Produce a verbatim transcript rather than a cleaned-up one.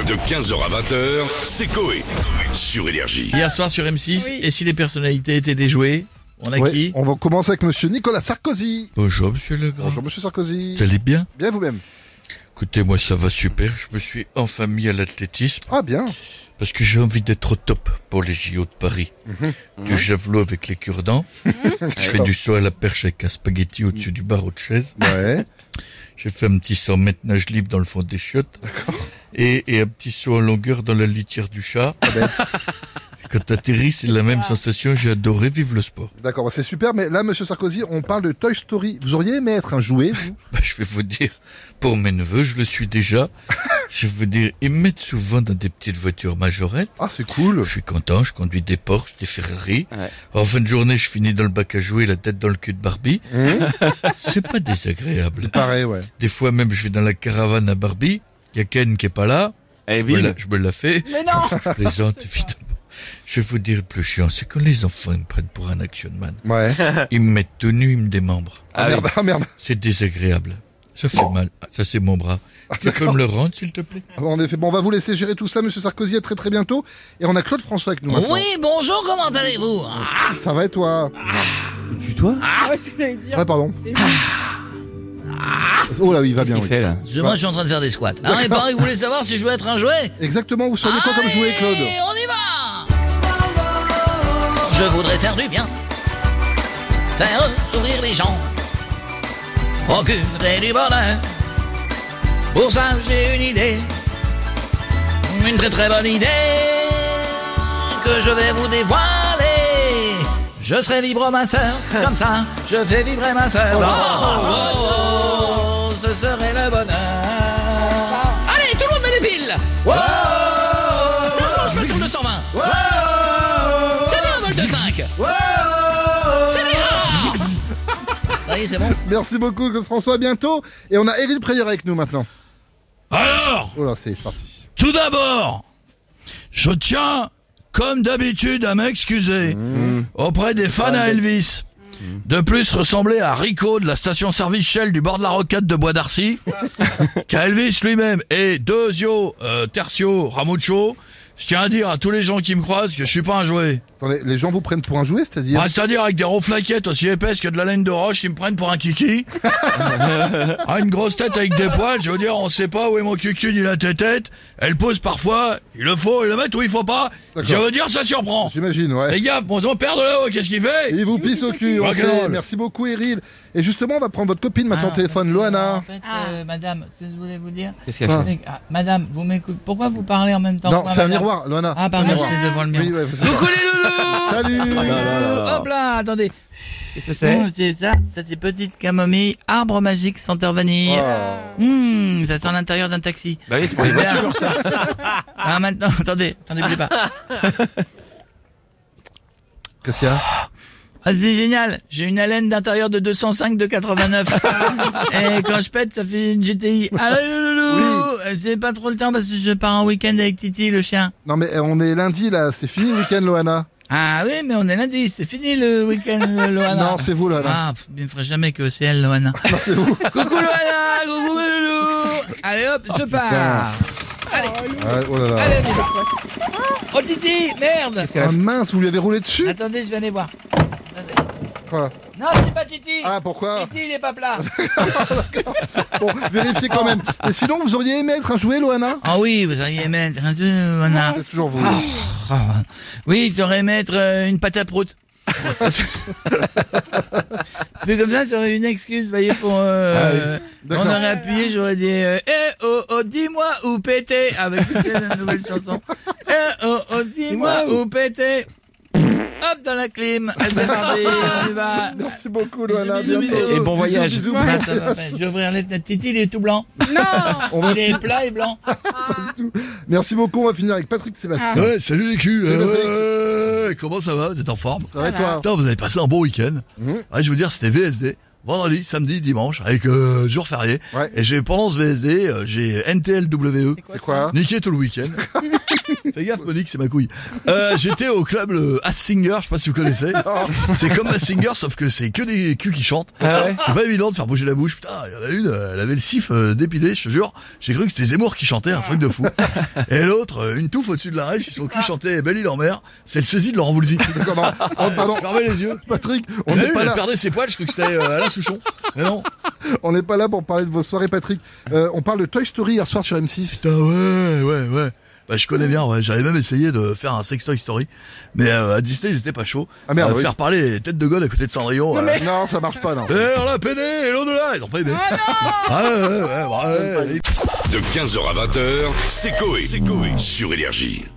De quinze heures à vingt heures, c'est Coé. Sur Énergie. Hier soir sur M six, Oui. et si les personnalités étaient déjouées, on a Ouais, qui on va commencer avec monsieur Nicolas Sarkozy. Bonjour monsieur Legrand. Bonjour monsieur Sarkozy. Vous allez bien? Bien vous-même. Écoutez, moi ça va super, je me suis enfin mis à l'athlétisme, Ah bien. parce que j'ai envie d'être au top pour les J O de Paris. Du javelot avec les cure-dents, je fais du saut à la perche avec un spaghetti au-dessus du barreau de chaise, Ouais. j'ai fait un petit cent mètres nage libre dans le fond des chiottes, et, et un petit saut en longueur dans la litière du chat. Quand t'atterris, c'est la même sensation, j'ai adoré vivre le sport. D'accord, bah, c'est super, mais là monsieur Sarkozy, on parle de Toy Story. Vous auriez aimé être un jouet, vous? Bah, je vais vous dire, pour mes neveux, je le suis déjà. Je veux dire, ils me mettent souvent dans des petites voitures majorettes. Ah c'est cool. Je suis content, je conduis des Porsche, des Ferrari. En fin de journée, je finis dans le bac à jouer, la tête dans le cul de Barbie. C'est pas désagréable. Pareil, ouais. Des fois même, je vais dans la caravane à Barbie. Il y a Ken qui est pas là. Elle est Je me la, vide. je me la fais. Mais non. Je plaisante, évidemment. Je vais vous dire, le plus chiant, c'est quand les enfants ils me prennent pour un action man. Ouais. Ils me mettent tout nu, ils me démembrent. Ah, Ah merde, ah merde. C'est désagréable. Ça fait mal. Ah, ça, c'est mon bras. Tu peux me le rendre, s'il te plaît? Ah, en effet, bon, on va vous laisser gérer tout ça, monsieur Sarkozy, à très très bientôt. Et on a Claude François avec nous maintenant. Oui, bonjour, comment allez-vous? Ah, Ça va et toi? Tu toi? Ah ouais, ce que j'allais dire. Ouais, pardon. Oh là oui, il va bien, Qu'est-ce qu'il oui. fait là? je- moi, je suis en train de faire des squats. Ah, et pareil, vous voulez savoir si je veux être un jouet? Exactement, vous seriez quoi comme jouet, Claude? Allez, on y va! Je voudrais faire du bien, faire sourire les gens, procurer du bonheur. Pour ça, j'ai une idée, une très très bonne idée, que je vais vous dévoiler. Je serai vibromasseur, comme ça, je fais vibrer ma sœur. Oh, oh, oh, ce serait le bonheur. Allez, tout le monde met des piles. Wow, ça se mange pas sur le cent vingt. C'est bien, vol de cinq. C'est bien. Ça y est, c'est bon. Merci beaucoup, Claude François, à bientôt. Et on a Éric Preyer avec nous maintenant. Alors, Oh là, c'est c'est parti. tout d'abord, je tiens, comme d'habitude, à m'excuser auprès des fans à Elvis. De plus, ressembler à Rico de la station-service Shell du bord de la rocade de Bois d'Arcy, qu'à Elvis lui-même et Dezio, euh, Tertio, Ramuccio. Je tiens à dire à tous les gens qui me croisent que je suis pas un jouet. Attendez, les gens vous prennent pour un jouet, c'est-à-dire? Ah, c'est-à-dire avec des ronflaquettes aussi épaisses que de la laine de roche, ils me prennent pour un kiki. Ah, une grosse tête avec des poils, je veux dire, on sait pas où est mon cucu ni la tête. Elle pose parfois, il le faut, il le met ou il faut pas. D'accord. Je veux dire, ça surprend. J'imagine, ouais. Les gars, mon son père de là-haut, qu'est-ce qu'il fait? Il vous pisse au cul, on Rock'n'roll. sait. Merci beaucoup, Eril. Et justement, on va prendre votre copine maintenant au Ah, téléphone, En Loana. fait, euh, madame, ce que je voulais vous dire. Qu'est-ce qu'elle fait? c'est que- ah, madame, vous m'écoutez. Pourquoi vous parlez en même temps Non, que moi, c'est un madame? miroir, Loana. Ah, C'est un pardon, miroir. c'est devant le miroir. Oui, ouais, c'est ça. Coucou les loulous! Salut. Hop là, attendez. Qu'est-ce que c'est? Oh, c'est ça, ça c'est petite camomille, arbre magique senteur vanille. Oh. Mmh, ça sent l'intérieur d'un taxi. Bah oui, c'est pour les Bien. voitures ça. Ah maintenant, attendez, attendez, bougez pas. Qu'est-ce qu'il y a? Ah c'est génial, j'ai une haleine d'intérieur de deux cent cinq de quatre-vingt-neuf. Et quand je pète, ça fait une G T I. Allô les loulous, c'est pas trop le temps parce que je pars en week-end avec Titi le chien. Non, mais euh, on est lundi, là. C'est fini le week-end, Loana. Ah oui, mais on est lundi, c'est fini le week-end, Loana. Non, c'est vous, Loana. Ah, pff, bien, ferait jamais que c'est elle, Loana. Non, c'est vous. Coucou Loana, coucou mes loulous. Allez hop, je pars. Allez, Ouais, oh là là. allez, on y va. Oh Titi, merde. Qu'est-ce qu'elle Ah a fait? mince, vous lui avez roulé dessus? Attendez, je vais aller voir. Attendez. Quoi? Non, c'est pas Titi. Ah, pourquoi? Titi, il est pas plat. Bon, vérifiez quand même. Et sinon, vous auriez aimé être un jouet, Loana? Ah oui, vous auriez aimé être un jeu, Loana. C'est toujours vous. Ah, oui, j'aurais aimé être euh, une pâte à prout. Mais comme ça, j'aurais une excuse, vous voyez, pour... Euh, on D'accord. aurait appuyé, j'aurais dit euh, Eh oh oh, dis-moi où péter avec la nouvelle chanson. Eh oh oh, dis-moi où péter. Hop, dans la clim. Allez, c'est parti, on y va. Merci beaucoup, Loana. À Bisous, bientôt. bisous. Et bon voyage. Bisous, Ah, bisous. ça va faire. Je vais ouvrir les fenêtres. Titi, il est tout blanc. On va Il est plat et blanc. Merci beaucoup. On va finir avec Patrick Sébastien. Ouais, salut les culs. Salut, Euh, ouais, comment ça va? Vous êtes en forme? Ça va et toi? Putain, vous avez passé un bon week-end. Mhm. Ouais, je veux dire, c'était V S D. Vendredi, samedi, dimanche, avec euh, jour férié. Ouais. Et j'ai pendant ce V S D, euh, j'ai N T L W E. C'est quoi? Niqué tout le week-end. Fais gaffe, Monique, c'est ma couille. Euh, j'étais au club le Masked Singer, je sais pas si vous connaissez. C'est comme Masked Singer, sauf que c'est que des culs qui chantent. Ah ouais. C'est pas évident de faire bouger la bouche. Putain, il y en a une, elle avait le sif euh, dépilé, je te jure. J'ai cru que c'était Zemmour qui chantait, un truc de fou. Et l'autre, euh, une touffe au-dessus de la raie, si son cul chantait Belle-Île en mer, c'est le sosie de Laurent Voulzy. D'accord, non. Oh, pardon. Fermez les yeux. Patrick, on On n'est a pas elle là. perdait ses poils, je crois que c'était euh, Alain Souchon. Mais non. On n'est pas là pour parler de vos soirées, Patrick. Euh, on parle de Toy Story hier soir sur M six. Putain, ouais, ouais, ouais. Bah, je connais bien, ouais. J'avais même essayé de faire un sex Toy Story. Mais euh, à Disney, ils étaient pas chauds. Ah merde, Euh, oui. Faire parler les têtes de God à côté de Cendrillon. euh, Non, ça marche pas, non. Eh, on l'a peiné, et l'au-delà, ils ont pas aimé. Ah, ouais, ouais, ouais, ouais, ouais. De quinze heures à vingt heures, c'est Coé. Sur Énergie.